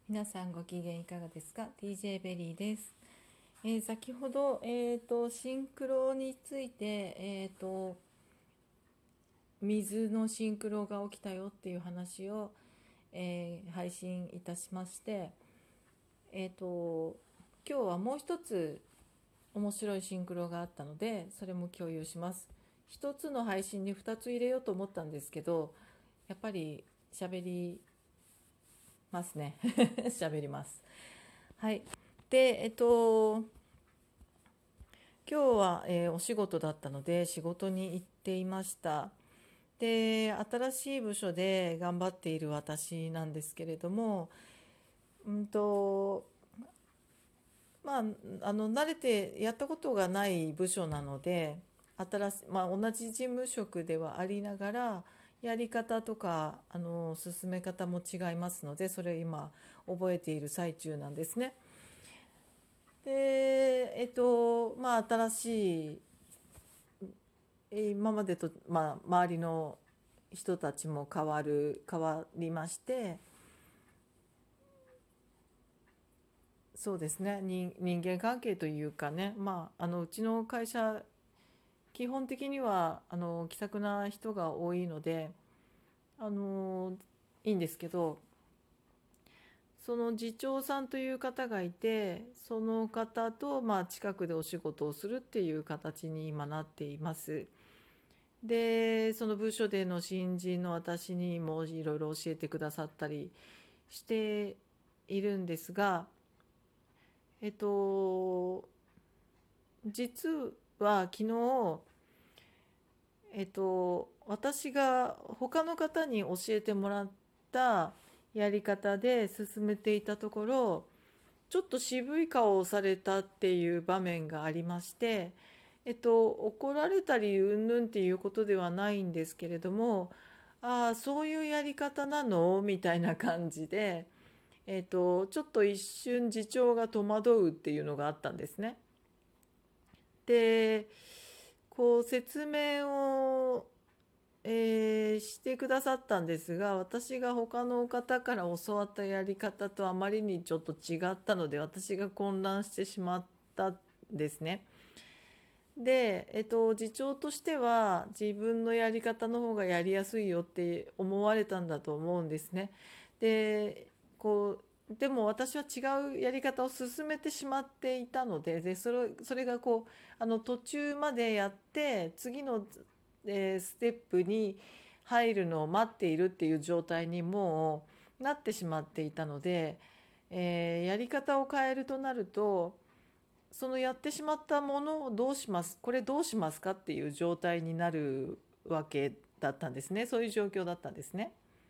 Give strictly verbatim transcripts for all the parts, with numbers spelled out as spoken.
皆さんご機嫌いかがですか？ ティージェー ベリーです。えー先ほど、えーと、シンクロについて、えーと、水のシンクロが起きたよっていう話を、えー配信いたしまして、えーと、今日はもう一つ面白いシンクロがあったので、それも共有します。一つの配信に二つ入れようと思ったんですけど、やっぱり喋りますね。喋ります。はい。で、えっと、今日は、えーお仕事だったので仕事に行っていました。で、新しい部署で頑張っている私なんですけれども、うんと、まあ、あの、慣れてやったことがない部署なので、新しい、まあ、同じ事務職ではありながら、やり方とか、あの、進め方も違いますので、それを今覚えている最中なんですね。で、えっと、まあ、新しい今までと、まあ、周りの人たちも変わる変わりまして、そうですね、人、人間関係というかね、まあ、あのうちの会社基本的にはあの気さくな人が多いので、あのいいんですけど、その次長さんという方がいて、その方とまあ近くでお仕事をするっていう形に今なっています。で、その部署での新人の私にもいろいろ教えてくださったりしているんですが、えっと、実は昨日、えっと、私が他の方に教えてもらったやり方で進めていたところ、ちょっと渋い顔をされたっていう場面がありまして、えっと、怒られたりうんぬんっていうことではないんですけれども、ああ、そういうやり方なのみたいな感じで、えっと、ちょっと一瞬次長が戸惑うっていうのがあったんですね。で、こう説明を、えーしてくださったんですが、私が他の方から教わったやり方とあまりにちょっと違ったので、私が混乱してしまったんですね。で、えっと、次長としては自分のやり方の方がやりやすいよって思われたんだと思うんですね。で、こう、でも私は違うやり方を進めてしまっていたので、で、それ、それがこう、あの途中までやって、次の、えーステップに入るのを待っているっていう状態にもうなってしまっていたので、えーやり方を変えるとなると、そのやってしまったものをどうしますこれどうしますかっていう状態になるわけだったんですね。そういう状況だったんですね。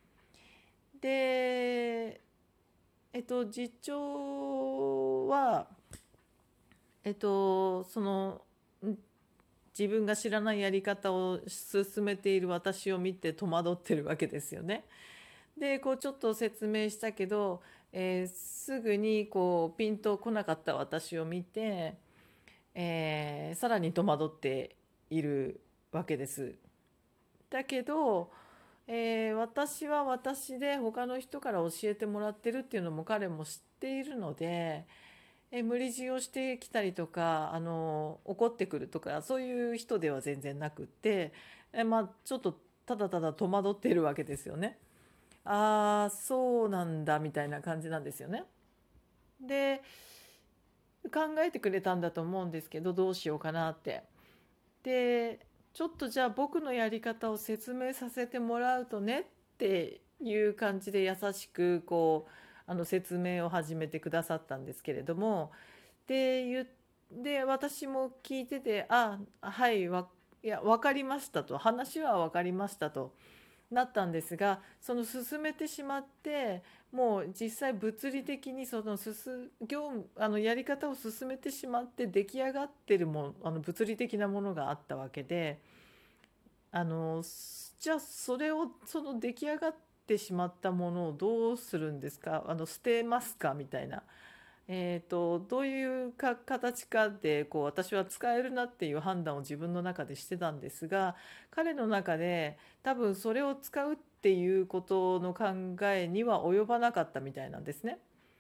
で、えっと、実調は、えっと、その、自分が知らないやり方を進めている私を見て戸惑ってるわけですよね。で、こうちょっと説明したけど、えーすぐにこうピンとこなかった私を見て、えーさらに戸惑っているわけです。だけど、えー私は私で他の人から教えてもらってるっていうのも彼も知っているので、えー無理強いをしてきたりとか、あの怒ってくるとかそういう人では全然なくって、えーまあちょっとただただ戸惑っているわけですよね。ああ、そうなんだみたいな感じなんですよね。で、考えてくれたんだと思うんですけど、どうしようかなって。で、ちょっとじゃあ僕のやり方を説明させてもらうとねっていう感じで優しくこうあの説明を始めてくださったんですけれども、で言で私も聞いてて、あ、はいわいや分かりましたと、話は分かりましたとなったんですが、その進めてしまって、もう実際物理的にその進業務あのやり方を進めてしまって出来上がってるもの、あの物理的なものがあったわけで、あのじゃあそれをその出来上がってしまったものをどうするんですか、あの捨てますかみたいな、えーと、どういうか形かでこう私は使えるなっていう判断を自分の中でしてたんですが、彼の中で多分それを使うっていうことの考えには及ばなかったみたいなんですね。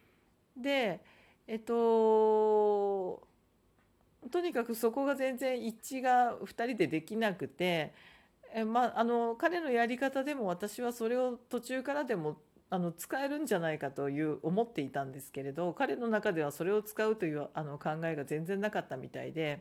でえっととにかくそこが全然一致がふたりでできなくて、えまあ、あの彼のやり方でも私はそれを途中からでもあの使えるんじゃないかという思っていたんですけれど、彼の中ではそれを使うというあの考えが全然なかったみたいで、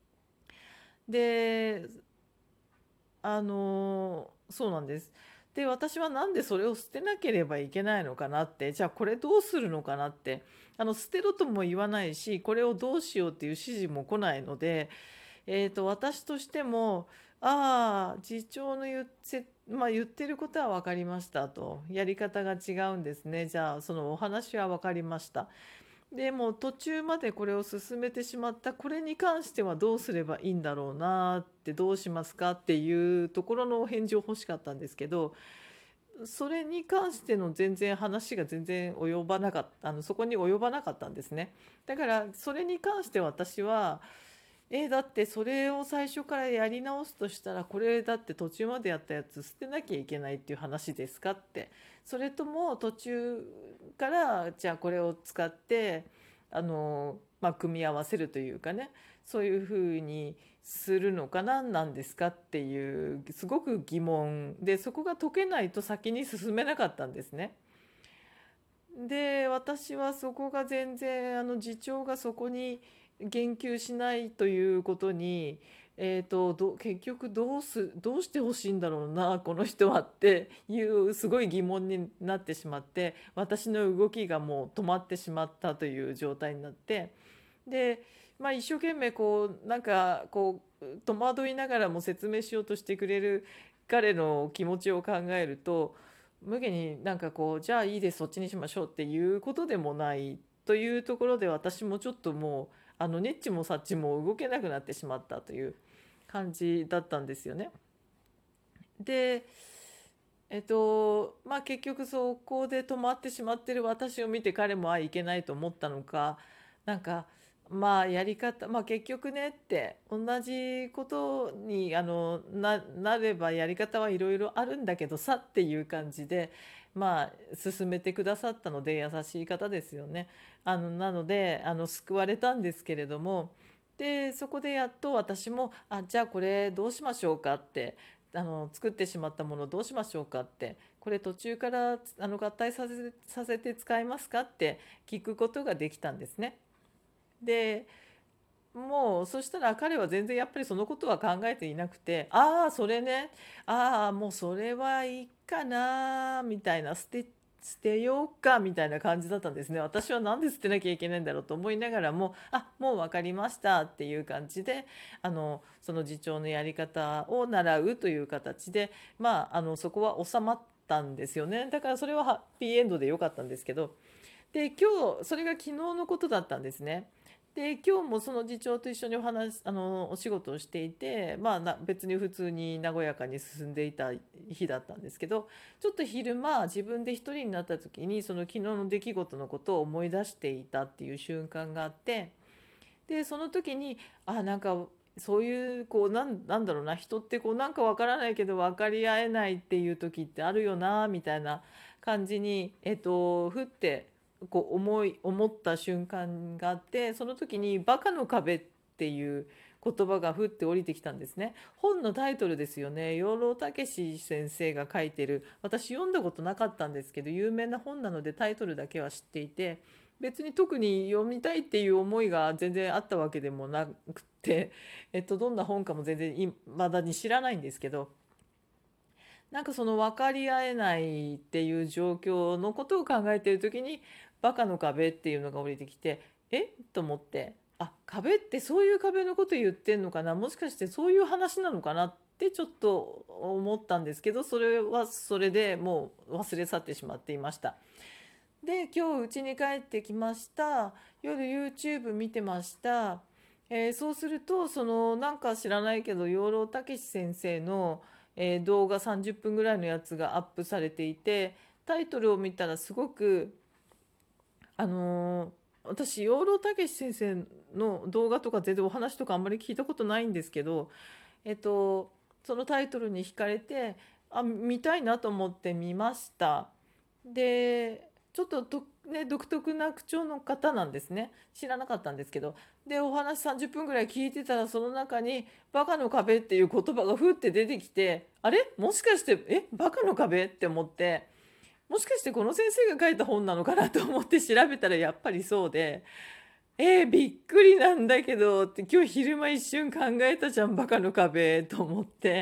であのそうなんです。で私はなんでそれを捨てなければいけないのかなって、じゃあこれどうするのかなって、あの捨てろとも言わないし、これをどうしようっていう指示も来ないので、えー、と私としても、ああ次長の言って、まあ、言ってることは分かりましたと、やり方が違うんですね、じゃあそのお話は分かりました、でも途中までこれを進めてしまった、これに関してはどうすればいいんだろうなって、どうしますかっていうところのお返事を欲しかったんですけど、それに関しての全然話が全然及ばなかった、あのそこに及ばなかったんですね。だからそれに関して私は、えだってそれを最初からやり直すとしたら、これだって途中までやったやつ捨てなきゃいけないっていう話ですかって、それとも途中からじゃあこれを使ってあの、まあ、組み合わせるというかね、そういうふうにするのかなんなんですかっていうすごく疑問で、そこが解けないと先に進めなかったんですね。で私はそこが全然、あの次長がそこに言及しないということに、えーと、ど結局どうすどうしてほしいんだろうなこの人はっていうすごい疑問になってしまって、私の動きがもう止まってしまったという状態になって、で、まあ、一生懸命こうなんかこう戸惑いながらも説明しようとしてくれる彼の気持ちを考えると、無下になんかこうじゃあいいですそっちにしましょうっていうことでもないというところで、私もちょっともうあのネッチもサッチも動けなくなってしまったという感じだったんですよね。でえっとまあ結局そこで止まってしまってる私を見て、彼もあいけないと思ったのか、なんかまあやり方、まあ結局ねって同じことにあのな、なればやり方はいろいろあるんだけどさっていう感じで、まあ進めてくださったので、優しい方ですよね。あのなのであの救われたんですけれども、でそこでやっと私も、あじゃあこれどうしましょうかって、あの作ってしまったものどうしましょうかって、これ途中からあの合体させさせて使いますかって聞くことができたんですね。でもうそしたら彼は全然やっぱりそのことは考えていなくて、ああそれね、ああもうそれはいいかなみたいな、捨て捨てようかみたいな感じだったんですね。私はなんで捨てなきゃいけないんだろうと思いながらも、あもう分かりましたっていう感じで、あのその次長のやり方を習うという形で、まああのそこは収まったんですよね。だからそれはハッピーエンドで良かったんですけど、で今日それが昨日のことだったんですね。で今日もその次長と一緒にお話あのお仕事をしていて、まあ、な別に普通に和やかに進んでいた日だったんですけど、ちょっと昼間自分で一人になった時にその昨日の出来事のことを思い出していたっていう瞬間があって、でその時にあなんかそういうこうなんなんだろうな、人ってこうなんかわからないけど分かり合えないっていう時ってあるよなみたいな感じに、えっとふってこう思い思った瞬間があって、その時に「バカの壁」っていう言葉がふって降りてきたんですね。本のタイトルですよね。養老孟司先生が書いてる、私読んだことなかったんですけど有名な本なのでタイトルだけは知っていて、別に特に読みたいっていう思いが全然あったわけでもなくて、えっと、どんな本かも全然いまだに知らないんですけど、なんかその分かり合えないっていう状況のことを考えている時に「バカの壁」っていうのが降りてきて、えと思って、あ壁ってそういう壁のこと言ってんのかな、もしかしてそういう話なのかなってちょっと思ったんですけど、それはそれでもう忘れ去ってしまっていました。で今日家に帰ってきました。夜 YouTube 見てました。えーそうするとそのなんか知らないけど養老孟司先生の、えー動画さんじゅっぷんぐらいのやつがアップされていて、タイトルを見たらすごくあのー私養老孟司先生の動画とか全然お話とかあんまり聞いたことないんですけど、えっとそのタイトルに惹かれて、あ見たいなと思って見ました。でちょっとと、ね、独特な口調の方なんですね。知らなかったんですけど。で、お話さんじゅっぷんぐらい聞いてたら、その中にバカの壁っていう言葉がふって出てきて、あれもしかして、え、バカの壁って思って、もしかしてこの先生が書いた本なのかなと思って調べたらやっぱりそうで、えー、びっくりなんだけどって今日昼間一瞬考えたじゃん、バカの壁と思って。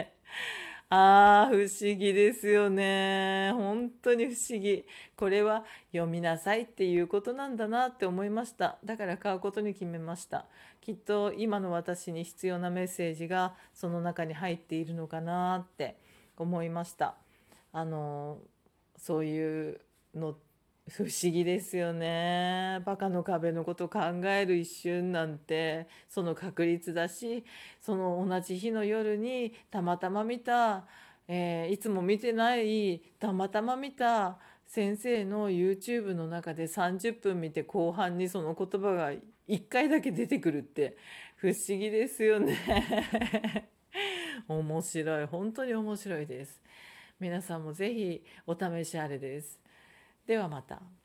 ああ、不思議ですよね。本当に不思議。これは読みなさいっていうことなんだなって思いました。だから買うことに決めました。きっと今の私に必要なメッセージがその中に入っているのかなって思いました。あの、そういうの不思議ですよね。バカの壁のこと考える一瞬なんてその確率だし、その同じ日の夜にたまたま見た、えーいつも見てないたまたま見た先生の YouTube の中でさんじゅっぷん見て後半にその言葉がいっかいだけ出てくるって不思議ですよね。面白い。本当に面白いです。皆さんもぜひお試しあれです。ではまた。